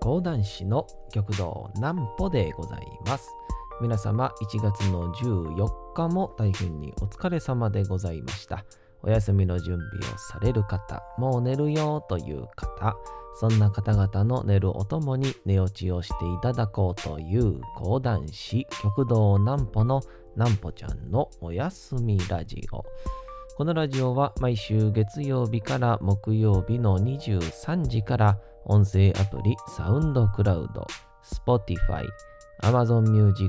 講談師の極道南歩でございます。皆様1月の14日も大変にお疲れ様でございました。お休みの準備をされる方、もう寝るよという方、そんな方々の寝るおともに寝落ちをしていただこうという講談師極道南歩の南歩ちゃんのおやすみラジオ。このラジオは毎週月曜日から木曜日の23時から音声アプリサウンドクラウド、Spotify、Amazon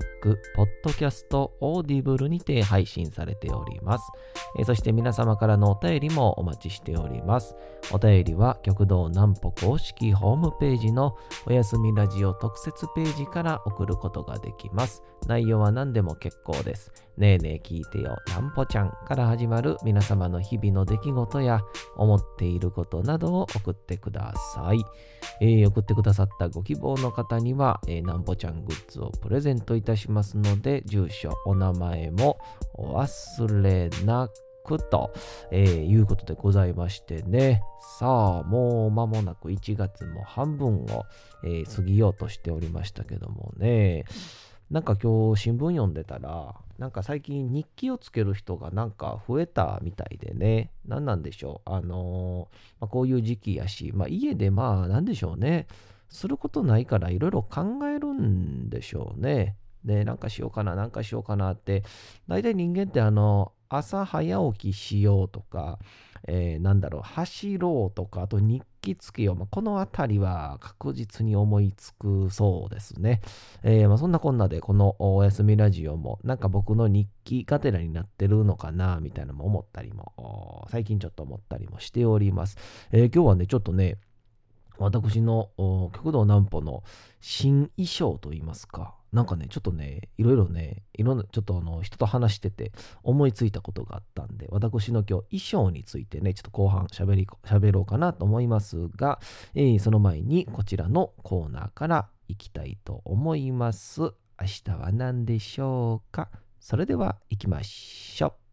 Music、Podcast、Audible にて配信されております。そして皆様からのお便りもお待ちしております。お便りは極道南歩公式ホームページのおやすみラジオ特設ページから送ることができます。内容は何でも結構です。ねえねえ聞いてよ南歩ちゃんから始まる皆様の日々の出来事や思っていることなどを送ってください。送ってくださったご希望の方には、南歩ちゃんグッズをプレゼントいたしますので、住所お名前もお忘れなくと、いうことでございましてね。さあもう間もなく1月も半分を、過ぎようとしておりましたけどもね、なんか今日新聞読んでたら、なんか最近日記をつける人がなんか増えたみたいでね。何なんでしょう。こういう時期やし、家でなんでしょうね。することないからいろいろ考えるんでしょうね。で、なんかしようかなって、大体人間って朝早起きしようとか、走ろうとか、あと日記つけよう。このあたりは確実に思いつくそうですね。そんなこんなで、このおやすみラジオも、なんか僕の日記がてらになってるのかな、みたいなのも思ったりも、最近ちょっと思ったりもしております。今日はね、ちょっとね、私の極道南歩の新衣装といいますか、なんかね、ちょっとね、いろんな、ちょっと人と話してて思いついたことがあったんで、私の今日衣装についてね、ちょっと後半喋ろうかなと思いますが、その前にこちらのコーナーから行きたいと思います。明日は何でしょうか。それでは行きましょう。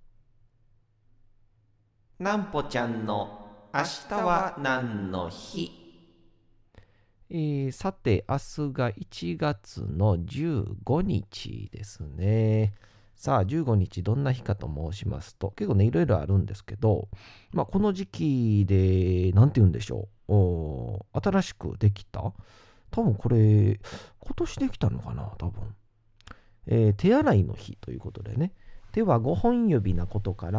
南歩ちゃんの明日は何の日。さて、明日が1月の15日ですね。さあ、15日どんな日かと申しますと、結構ね、いろいろあるんですけど、この時期で、なんて言うんでしょう。新しくできた、多分これ、今年できたのかな、多分。手洗いの日ということでね、手は5本指なことから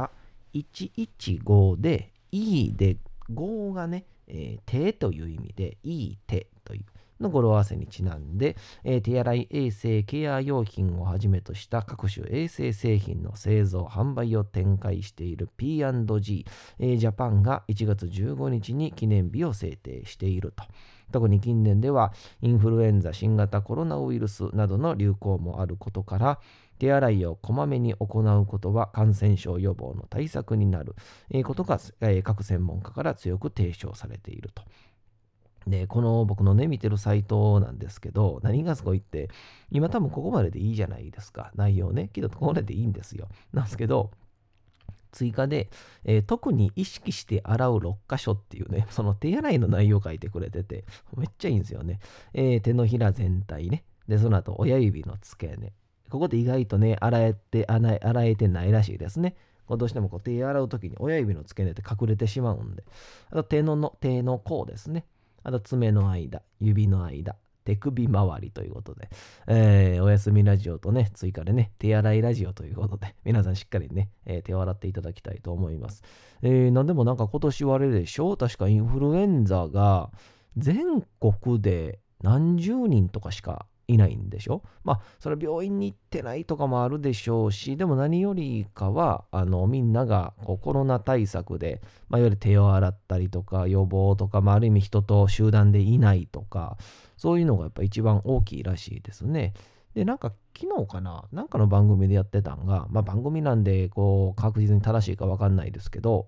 、115で、いいで、5がね、手という意味で、いい手というの語呂合わせにちなんで、手洗い衛生ケア用品をはじめとした各種衛生製品の製造販売を展開している P&G、ジャパンが1月15日に記念日を制定していると。特に近年ではインフルエンザ、新型コロナウイルスなどの流行もあることから、手洗いをこまめに行うことは感染症予防の対策になることが、各専門家から強く提唱されていると。で、この僕のね、見てるサイトなんですけど、何がすごいって、今多分ここまででいいじゃないですか、内容ね。けど、ここまででいいんですよ。なんですけど、追加で、特に意識して洗う6箇所っていうね、その手洗いの内容を書いてくれてて、めっちゃいいんですよね。手のひら全体ね。で、その後、親指の付け根。ここで意外とね、洗えてないらしいですね。どうしても手洗うときに親指の付け根って隠れてしまうんで。あと手の甲ですね。あと爪の間、指の間、手首周りということで、おやすみラジオとね、追加でね、手洗いラジオということで、皆さんしっかりね、手を洗っていただきたいと思います。なんでもなんか今年はあれでしょ、確かインフルエンザが全国で何十人とかしかいないんでしょ。それは病院に行ってないとかもあるでしょうし、でも何よりかは、みんながコロナ対策で、いわゆる手を洗ったりとか、予防とか、ある意味人と集団でいないとか、そういうのがやっぱ一番大きいらしいですね。で、なんか昨日かな、なんかの番組でやってたんが、番組なんで、確実に正しいかわかんないですけど、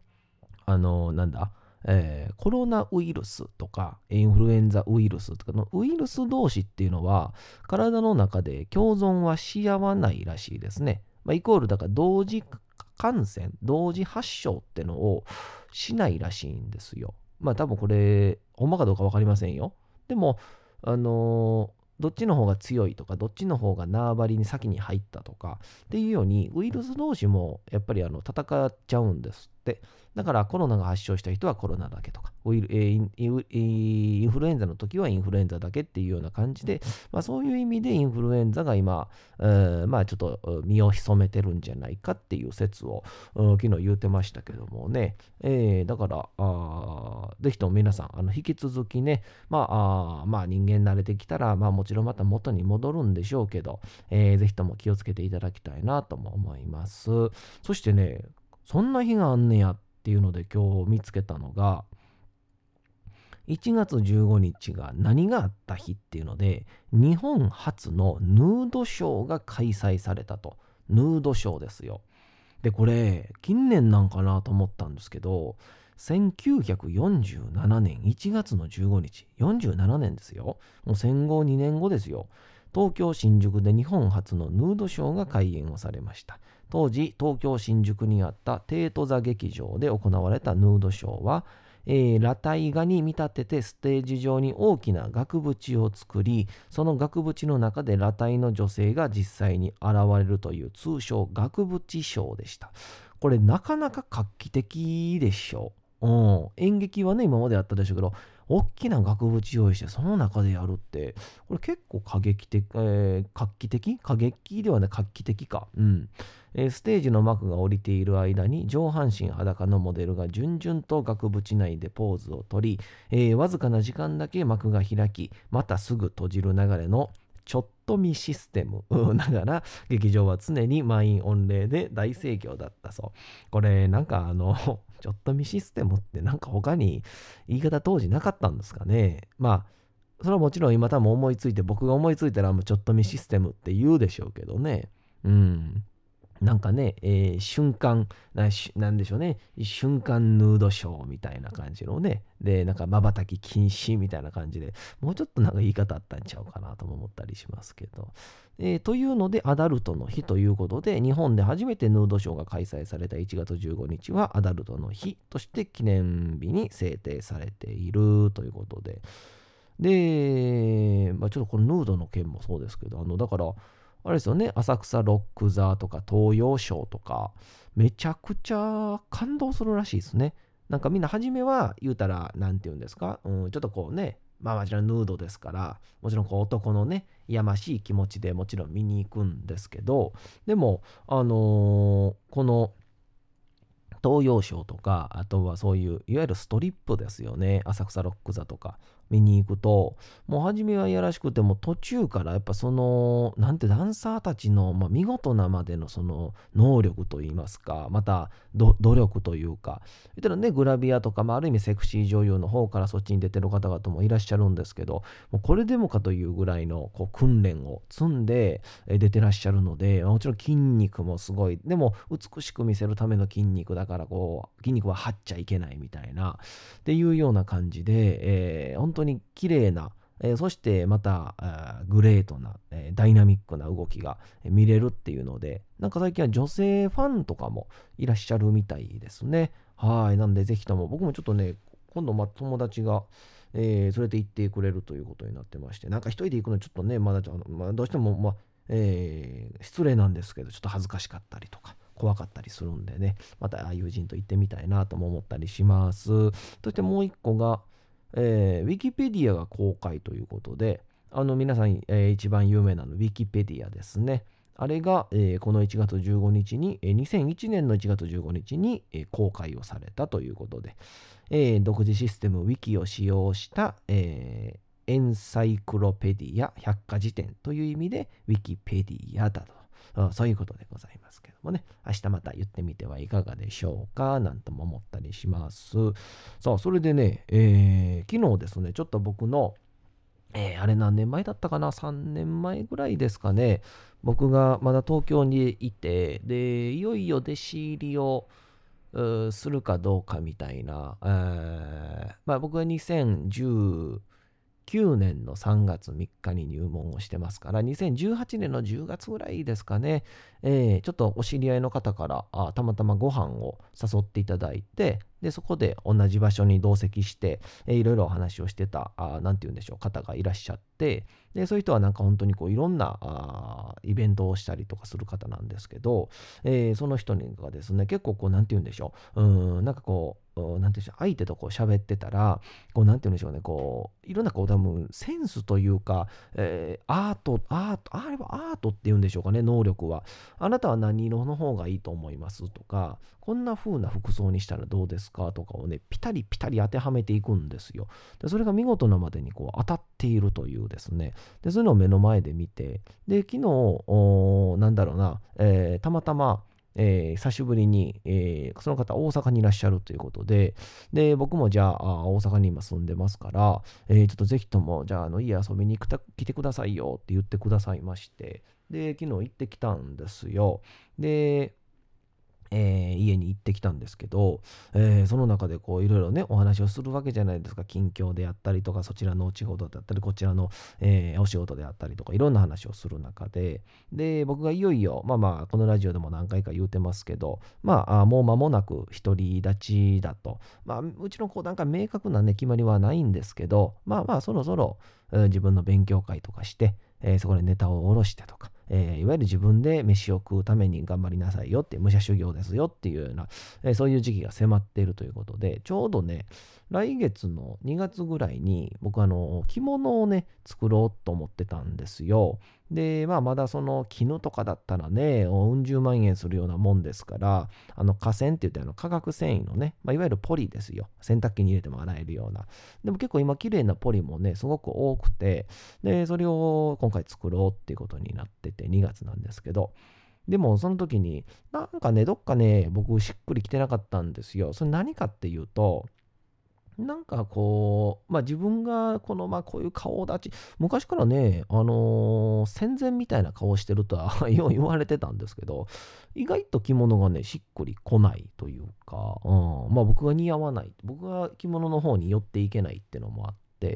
コロナウイルスとかインフルエンザウイルスとかのウイルス同士っていうのは体の中で共存はし合わないらしいですね。イコールだから同時感染、同時発症ってのをしないらしいんですよ。多分これほんまかどうか分かりませんよ。 でも、どっちの方が強いとか、どっちの方が縄張りに先に入ったとかっていうように、ウイルス同士もやっぱり戦っちゃうんですって。だからコロナが発症した人はコロナだけとか、インフルエンザの時はインフルエンザだけっていうような感じで、そういう意味でインフルエンザが今、ちょっと身を潜めてるんじゃないかっていう説を昨日言うてましたけどもね。だからぜひとも皆さん引き続きね、人間慣れてきたら、もちろんまた元に戻るんでしょうけど、ぜひとも気をつけていただきたいなとも思います。そしてね、そんな日があんねやっていうので今日見つけたのが、1月15日が何があった日っていうので、日本初のヌードショーが開催されたと。ヌードショーですよ。で、これ、近年なんかなと思ったんですけど、1947年1月の15日、47年ですよ。もう戦後2年後ですよ。東京新宿で日本初のヌードショーが開演をされました。当時、東京新宿にあった帝都座劇場で行われたヌードショーは、裸体画に見立ててステージ上に大きな額縁を作り、その額縁の中で裸体の女性が実際に現れるという通称額縁ショーでした。これなかなか画期的でしょ。演劇はね今まであったでしょうけど、大きな額縁用意してその中でやるって、これ結構画期的過激ではない画期的か。ステージの幕が降りている間に上半身裸のモデルが順々と額縁内でポーズをとり、わずかな時間だけ幕が開き、またすぐ閉じる流れのちょっと見システムながら、劇場は常に満員御礼で大盛況だったそう。これなんかちょっと見システムってなんか他に言い方当時なかったんですかね。それはもちろん今多分僕が思いついたらもうちょっと見システムって言うでしょうけどね。なんかね、瞬間なんでしょうね、瞬間ヌードショーみたいな感じのね、で、なんか瞬き禁止みたいな感じで、もうちょっとなんか言い方あったんちゃうかなとも思ったりしますけど。というので、アダルトの日ということで、日本で初めてヌードショーが開催された1月15日はアダルトの日として記念日に制定されているということで。で、ちょっとこのヌードの件もそうですけど、だから、あれですよね、浅草ロック座とか東洋ショーとか、めちゃくちゃ感動するらしいですね。なんかみんな初めは言うたら、なんて言うんですか、ちょっとこうね、もちろんヌードですから、もちろんこう男のね、やましい気持ちでもちろん見に行くんですけど、でも、この東洋ショーとか、あとはそういう、いわゆるストリップですよね。浅草ロック座とか見に行くと、もう初めはいやらしくても途中からやっぱダンサーたちの、見事なまでのその能力といいますか、また努力というか、言ったらね、グラビアとか、ある意味セクシー女優の方からそっちに出てる方々もいらっしゃるんですけど、もうこれでもかというぐらいのこう訓練を積んで出てらっしゃるので、もちろん筋肉もすごい、でも美しく見せるための筋肉だから筋肉は張っちゃいけないみたいなっていうような感じで、本当に綺麗な、そしてまたグレートな、ダイナミックな動きが見れるっていうので、なんか最近は女性ファンとかもいらっしゃるみたいですね。はい。なんでぜひとも僕もちょっとね、今度友達が連れて行ってくれるということになってまして、なんか一人で行くのちょっとね、どうしても、失礼なんですけど、ちょっと恥ずかしかったりとか、怖かったりするんでね、また友人と行ってみたいなとも思ったりします。そしてもう一個が、ウィキペディアが公開ということで、皆さん、一番有名なのウィキペディアですね。あれが、この1月15日に、2001年の1月15日に、公開をされたということで、独自システム Wiki を使用した、エンサイクロペディア百科事典という意味で Wikipedia だと、そういうことでございますけどもね、明日また言ってみてはいかがでしょうかなんとも思ったりします。さあ、それでね、昨日ですね、ちょっと僕のあれ何年前だったかな ?3 年前ぐらいですかね。僕がまだ東京にいて、で、いよいよ弟子入りをするかどうかみたいな、僕は2019年の3月3日に入門をしてますから、2018年の10月ぐらいですかね、ちょっとお知り合いの方からたまたまご飯を誘っていただいて、 で、そこで同じ場所に同席して、いろいろお話をしてた、なんて言うんでしょう、方がいらっしゃって、で、そういう人はなんか本当にこういろんなイベントをしたりとかする方なんですけど、その人がですね、結構こう、なんて言うんでしょう、なんかこう、なんて言うんでしょう、相手とこう喋ってたら、こう、なんて言うんでしょうね、こう、いろんなこう、多分、センスというか、あれはアートっていうんでしょうかね、能力は。あなたは何色の方がいいと思いますとか、こんな風な服装にしたらどうですかとかをね、ピタリピタリ当てはめていくんですよ。で、それが見事なまでにこう当たっているというですね。で、そういうのを目の前で見て、で、昨日、なんだろうな、たまたま、久しぶりに、その方大阪にいらっしゃるということで、で、僕もじゃあ、大阪に今住んでますから、ちょっとぜひとも、じゃあ、家遊びに来てくださいよって言ってくださいまして、で、昨日行ってきたんですよ。で、家に行ってきたんですけど、その中でこういろいろねお話をするわけじゃないですか。近況であったりとか、そちらのお仕事であったり、こちらの、お仕事であったりとか、いろんな話をする中で、で僕がいよいよこのラジオでも何回か言うてますけど、もう間もなく独り立ちだと、うちのこうなんか明確なね決まりはないんですけど、そろそろ、自分の勉強会とかして、そこでネタを下ろしてとか、いわゆる自分で飯を食うために頑張りなさいよって、武者修行ですよっていうような、そういう時期が迫っているということで、ちょうどね、来月の2月ぐらいに僕着物をね、作ろうと思ってたんですよ。で、まだその絹とかだったらね、うん十万円するようなもんですから、化繊って言って化学繊維のね、いわゆるポリですよ。洗濯機に入れても洗えるような。でも結構今綺麗なポリもね、すごく多くて、で、それを今回作ろうっていうことになってて、2月なんですけど、でもその時に、なんかね、どっかね、僕しっくりきてなかったんですよ。それ何かっていうと、なんかこう、自分がこの、こういう顔立ち、昔からね、戦前みたいな顔してるとはよう言われてたんですけど、意外と着物がね、しっくりこないというか、僕が似合わない、僕が着物の方に寄っていけないっていうのもあって、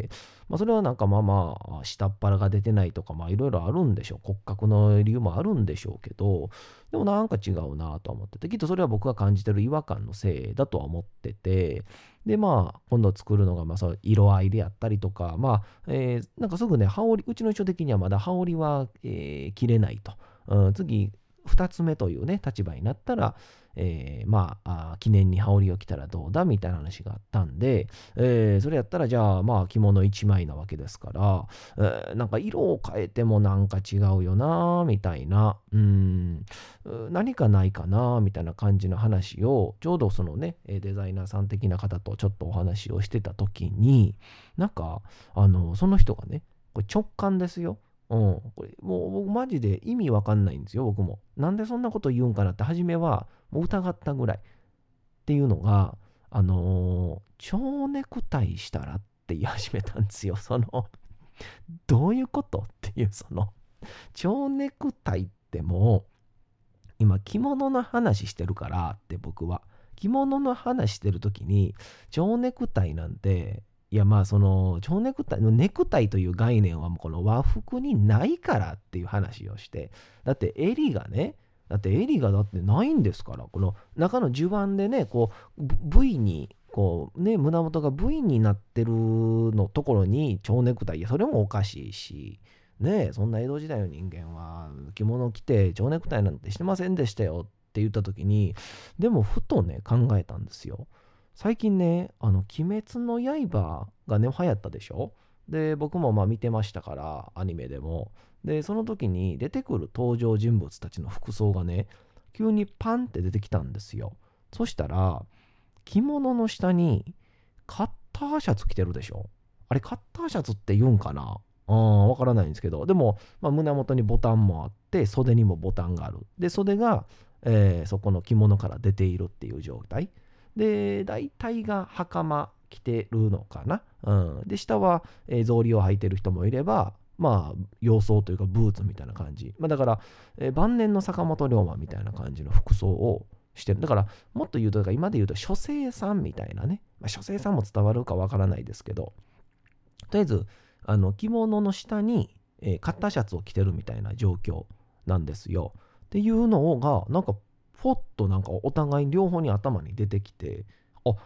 それはなんか下っ腹が出てないとか、いろいろあるんでしょう。骨格の理由もあるんでしょうけど、でもなんか違うなとは思ってて、きっとそれは僕が感じてる違和感のせいだとは思ってて、で、今度作るのが、そう色合いであったりとか、なんかすぐね、羽織、うちの衣装的にはまだ羽織は、着れないと。次、2つ目というね、立場になったら、記念に羽織を着たらどうだみたいな話があったんで、それやったら、じゃあ、着物1枚なわけですから、なんか色を変えてもなんか違うよな、みたいな、何かないかな、みたいな感じの話を、ちょうどそのね、デザイナーさん的な方とちょっとお話をしてた時に、なんか、その人がね、これ直感ですよ。これもう僕マジで意味わかんないんですよ、僕も。なんでそんなこと言うんかなって、初めはもう疑ったぐらい。っていうのが、蝶ネクタイしたらって言い始めたんですよ。どういうことっていう、蝶ネクタイってもう、今着物の話してるからって僕は。着物の話してる時に、蝶ネクタイなんて、いや蝶ネクタイのネクタイという概念はもうこの和服にないからっていう話をして、だって襟がだってないんですから、この中の襦袢でね、こう V にこうね、胸元が V になってるのところに蝶ネクタイ、いやそれもおかしいし、ねえ、そんな江戸時代の人間は着物を着て蝶ネクタイなんてしてませんでしたよって言った時に、でもふとね考えたんですよ。最近ね、鬼滅の刃がね流行ったでしょ。で、僕も見てましたから、アニメでも。で、その時に出てくる登場人物たちの服装がね、急にパンって出てきたんですよ。そしたら、着物の下にカッターシャツ着てるでしょ。あれ、カッターシャツって言うんかな。わからないんですけど、でも、胸元にボタンもあって、袖にもボタンがある。で、袖が、そこの着物から出ているっていう状態。で、大体が袴着てるのかな。で、下は、草履を履いてる人もいれば、洋装というかブーツみたいな感じ。だから、晩年の坂本龍馬みたいな感じの服装をしてる。だから、もっと言うと、今で言うと、書生さんみたいなね。書生さんも伝わるかわからないですけど、とりあえず、着物の下に、カッターシャツを着てるみたいな状況なんですよ。っていうのが、なんか、ポッとなんかお互い両方に頭に出てきて、あ、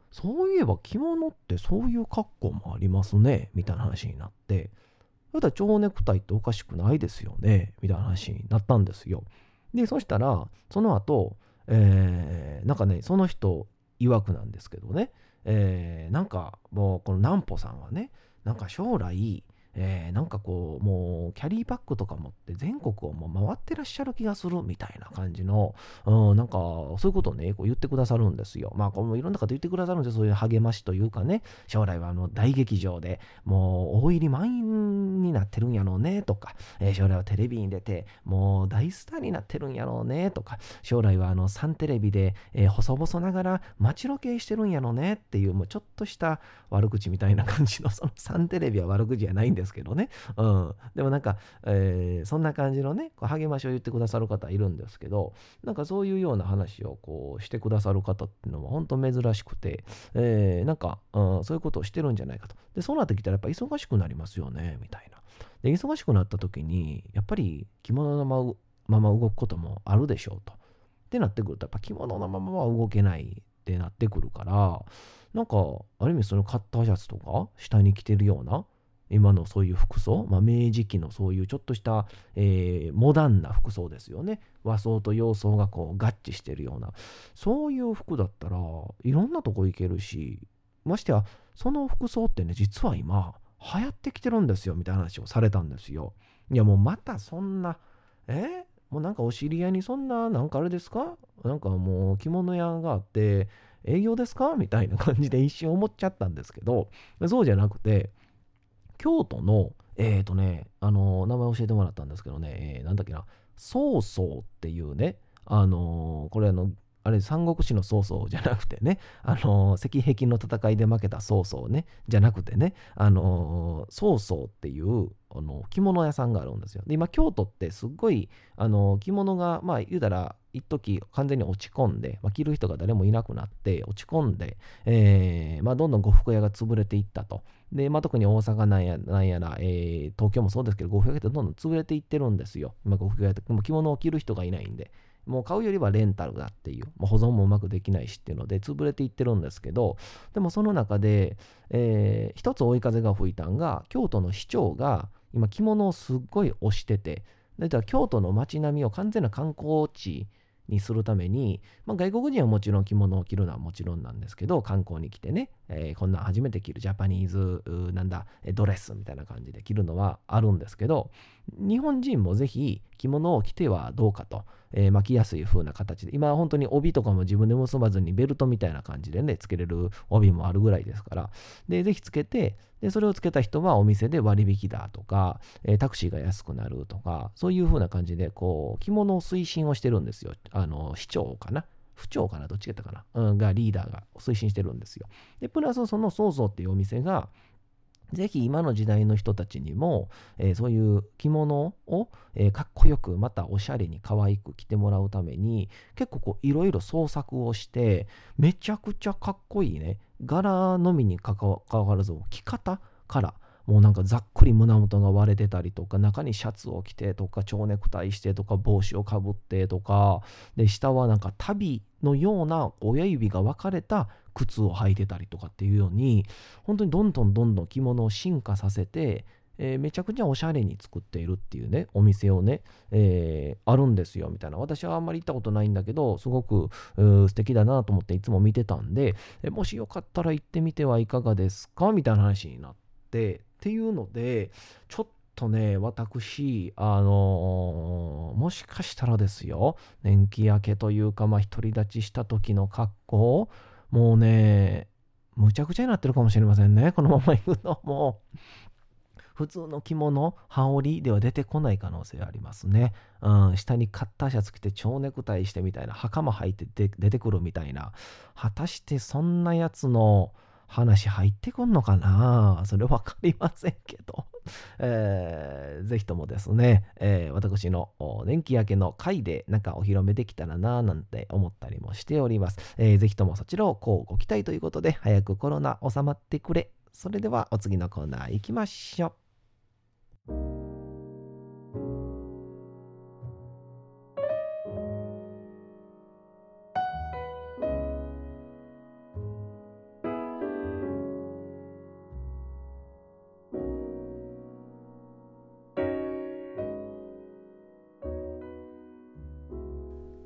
そういえば着物ってそういう格好もありますね、みたいな話になって、そしたら蝶ネクタイっておかしくないですよね、みたいな話になったんですよ。で、そしたら、その後、なんかね、その人曰くなんですけどね、なんかもうこの南穂さんはね、なんか将来、なんかこう、もうキャリーバッグとか持って全国をもう回ってらっしゃる気がするみたいな感じの、なんかそういうことをね、こう言ってくださるんですよ。まあ、こういろんな方言ってくださるんですよ。そういう励ましというかね、将来は大劇場でもう大入り満員になってるんやろうねとか、将来はテレビに出てもう大スターになってるんやろうねとか、将来はサンテレビで、細々ながら街ロケしてるんやろうねっていう、もうちょっとした悪口みたいな感じの、そのサンテレビは悪口じゃないんですけどね。でもなんか、そんな感じのね、こう励ましを言ってくださる方いるんですけど、なんかそういうような話をこうしてくださる方っていうのは本当珍しくて、なんか、そういうことをしてるんじゃないかと。で、そうなってきたらやっぱ忙しくなりますよね、みたいな。で、忙しくなった時に、やっぱり着物のまま動くこともあるでしょうと。ってなってくると、やっぱ着物のままは動けないってなってくるから、なんか、ある意味そのカッターシャツとか、下に着てるような、今のそういう服装、明治期のそういうちょっとした、モダンな服装ですよね。和装と洋装がこう合致してるような、そういう服だったらいろんなとこ行けるし、ましてやその服装ってね、実は今流行ってきてるんですよみたいな話をされたんですよ。いやもうまたそんな、もうなんかお知り合いにそんな、なんかあれですか、なんかもう着物屋があって営業ですかみたいな感じで一瞬思っちゃったんですけど、そうじゃなくて、京都の、名前教えてもらったんですけどね、なんだっけな、曹操っていうね、これあれ、三国志の曹操じゃなくてね、石壁の戦いで負けた曹操ね、じゃなくてね、曹操っていう、着物屋さんがあるんですよ。で、今、京都ってすっごい、着物が、まあ、言うたら、一時完全に落ち込んで、着る人が誰もいなくなって落ち込んで、どんどん呉服屋が潰れていったと。で、特に大阪なんやら、東京もそうですけど、呉服屋ってどんどん潰れていってるんですよ。今、呉服屋ってもう着物を着る人がいないんで、もう買うよりはレンタルだっていう、保存もうまくできないしっていうので、潰れていってるんですけど、でもその中で、一つ追い風が吹いたんが、京都の市長が今、着物をすっごい推してて、だから京都の街並みを完全な観光地にするために、外国人はもちろん着物を着るのはもちろんなんですけど、観光に来てね、こんなん初めて着るジャパニーズドレスみたいな感じで着るのはあるんですけど、日本人もぜひ着物を着てはどうかと、巻きやすい風な形で、今本当に帯とかも自分で結ばずにベルトみたいな感じでね、つけれる帯もあるぐらいですから、でぜひつけて、でそれをつけた人はお店で割引だとか、タクシーが安くなるとか、そういう風な感じでこう着物を推進をしてるんですよ。市長かな、府長かな、どっちかやったかな、がリーダーが推進してるんですよ。でプラスその曹操っていうお店がぜひ今の時代の人たちにも、そういう着物を、かっこよくまたおしゃれに可愛く着てもらうために結構こういろいろ創作をしてめちゃくちゃかっこいいね、柄のみにかかわらず着方からもうなんかざっくり胸元が割れてたりとか、中にシャツを着てとか蝶ネクタイしてとか帽子をかぶってとかで、下はなんか足袋のような親指が分かれた靴を履いてたりとかっていうように、本当にどんどんどんどん着物を進化させて、めちゃくちゃおしゃれに作っているっていうね、お店をね、あるんですよみたいな。私はあんまり行ったことないんだけど、すごく素敵だなと思っていつも見てたんで、もしよかったら行ってみてはいかがですかみたいな話になってっていうので、ちょっとね、私、もしかしたらですよ、年季明けというか、独り立ちした時の格好、もうね、むちゃくちゃになってるかもしれませんね。このまま行くと、もう、普通の着物、羽織では出てこない可能性ありますね。下にカッターシャツ着て、蝶ネクタイしてみたいな、袴履いて出てくるみたいな。果たしてそんなやつの話入ってくんのかな、それ分かりませんけど。ぜひともですね、私の年季明けの回でなんかお披露目できたらななんて思ったりもしております。ぜひともそちらをこうご期待ということで、早くコロナ収まってくれ。それではお次のコーナー行きましょう。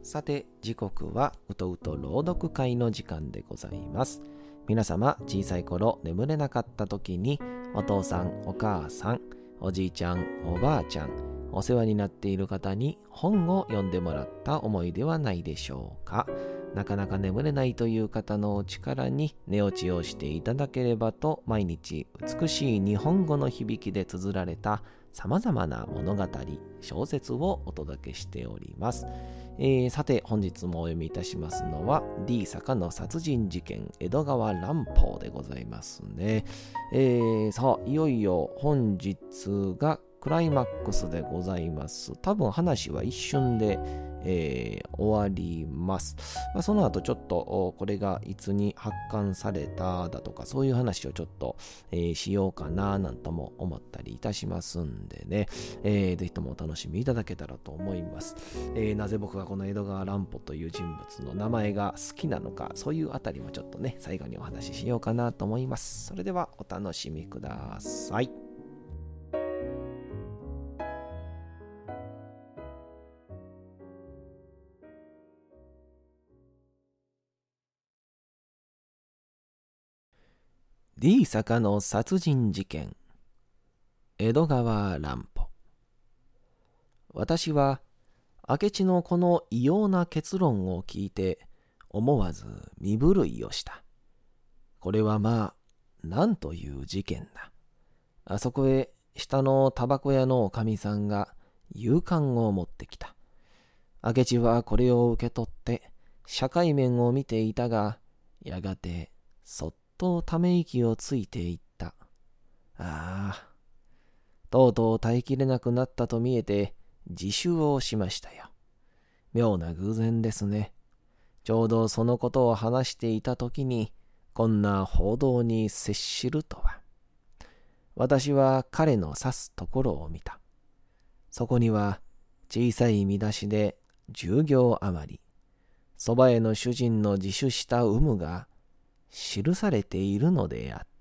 さて、時刻はうとうと朗読会の時間でございます。皆様、小さい頃眠れなかった時に、お父さん、お母さん、おじいちゃん、おばあちゃん、お世話になっている方に本を読んでもらった思いではないでしょうか。なかなか眠れないという方のお力に寝落ちをしていただければと、毎日美しい日本語の響きで綴られたさまざまな物語、小説をお届けしております。さて、本日もお読みいたしますのは D 坂の殺人事件江戸川乱歩でございますね。さあ、いよいよ本日がクライマックスでございます。多分話は一瞬で、終わります。その後ちょっとこれがいつに発刊されただとか、そういう話をちょっと、しようかななんとも思ったりいたしますんでね、ぜひともお楽しみいただけたらと思います。なぜ僕がこの江戸川乱歩という人物の名前が好きなのか、そういうあたりもちょっとね、最後にお話ししようかなと思います。それではお楽しみください。D 坂の殺人事件江戸川乱歩。私は明智のこの異様な結論を聞いて思わず身震いをした。これはなんという事件だ。あそこへ下のタバコ屋のおかみさんが夕刊を持ってきた。明智はこれを受け取って社会面を見ていたが、やがてそっとため息をついていった。ああ、とうとう耐えきれなくなったと見えて自首をしましたよ。妙な偶然ですね。ちょうどそのことを話していたときに、こんな報道に接しるとは。私は彼の指すところを見た。そこには小さい見出しで10行余り、そばへの主人の自首した有無が記されているのであった。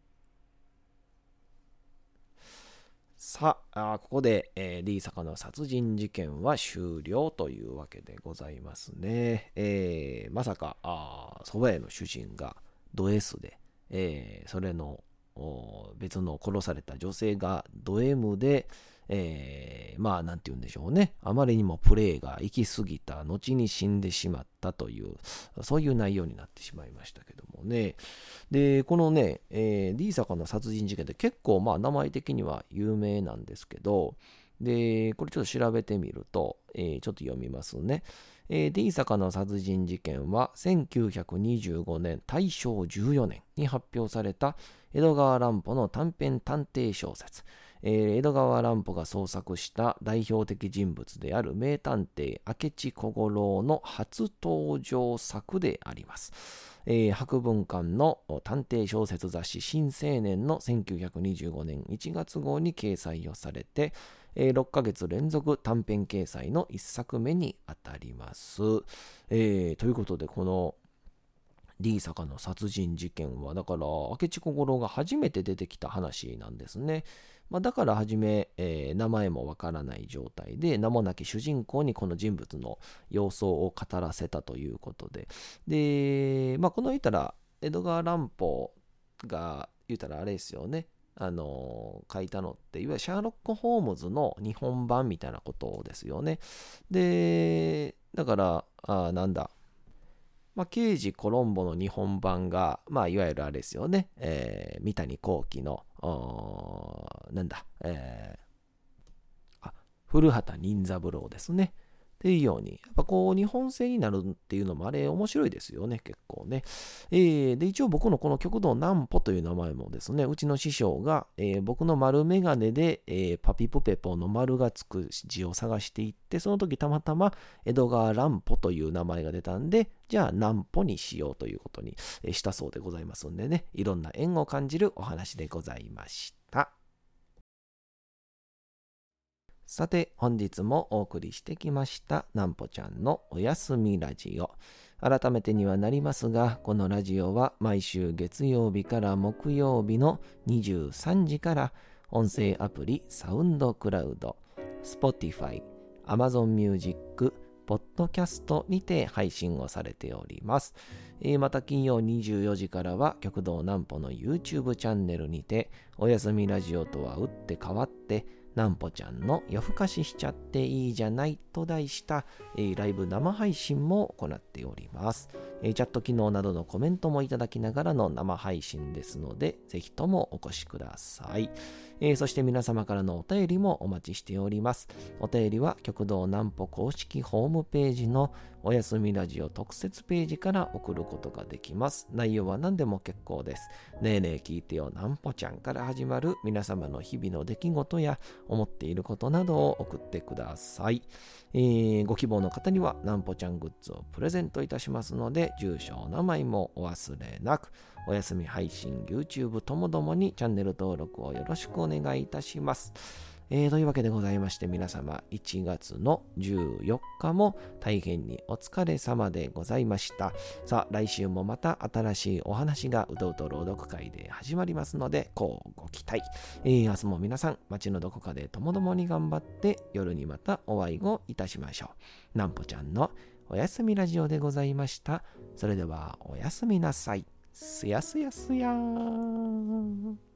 さあ、ここで、D 坂の殺人事件は終了というわけでございますね。まさかそばへの主人がド S で、それの別の殺された女性がド M で、なんて言うんでしょうね。あまりにもプレイが行き過ぎた後に死んでしまったという、そういう内容になってしまいましたけどもね。で、このね、D 坂の殺人事件って結構名前的には有名なんですけど、で、これちょっと調べてみると、ちょっと読みますね。D 坂の殺人事件は1925年大正14年に発表された江戸川乱歩の短編探偵小説。江戸川乱歩が創作した代表的人物である名探偵明智小五郎の初登場作であります。博文館の探偵小説雑誌新青年の1925年1月号に掲載をされて、6ヶ月連続短編掲載の1作目にあたります。ということで、このD 坂の殺人事件は、だから明智小五郎が初めて出てきた話なんですね。だから初め、名前もわからない状態で、名もなき主人公にこの人物の様相を語らせたということで、で、この言ったら江戸川乱歩が言ったらあれですよね。書いたのっていわゆるシャーロック・ホームズの日本版みたいなことですよね。で、だから刑事コロンボの日本版がいわゆるあれですよね、三谷幸喜の古畑任三郎ですね。っていうように、やっぱこう日本製になるっていうのもあれ面白いですよね、結構ね。で、一応僕のこの極道南歩という名前もですね、うちの師匠が、僕の丸メガネで、パピプペポの丸がつく字を探していって、その時たまたま江戸川乱歩という名前が出たんで、じゃあ南歩にしようということにしたそうでございますんでね、いろんな縁を感じるお話でございました。さて、本日もお送りしてきましたなんぽちゃんのおやすみラジオ。改めてにはなりますが、このラジオは毎週月曜日から木曜日の23時から音声アプリサウンドクラウド、Spotify、Amazon Music、 ポッドキャストにて配信をされております。また金曜24時からは極道南歩の YouTube チャンネルにて、おやすみラジオとは打って変わって、南歩ちゃんの夜更かししちゃっていいじゃないと題した、ライブ生配信も行っております。チャット機能などのコメントもいただきながらの生配信ですので、ぜひともお越しください。そして皆様からのお便りもお待ちしております。お便りは極道南歩公式ホームページのおやすみラジオ特設ページから送ることができます。内容は何でも結構です。ねえねえ聞いてよ南歩ちゃんから始まる皆様の日々の出来事や思っていることなどを送ってください。ご希望の方には南歩ちゃんグッズをプレゼントいたしますので、住所お名前もお忘れなく。おやすみ配信 YouTube ともどもにチャンネル登録をよろしくお願いいたします。というわけでございまして、皆様1月の14日も大変にお疲れ様でございました。さあ来週もまた新しいお話がうとうと朗読会で始まりますので、こうご期待。明日も皆さん街のどこかでともどもに頑張って夜にまたお会いをいたしましょう。南歩ちゃんのおやすみラジオでございました。それではおやすみなさい。すやすやすやーん。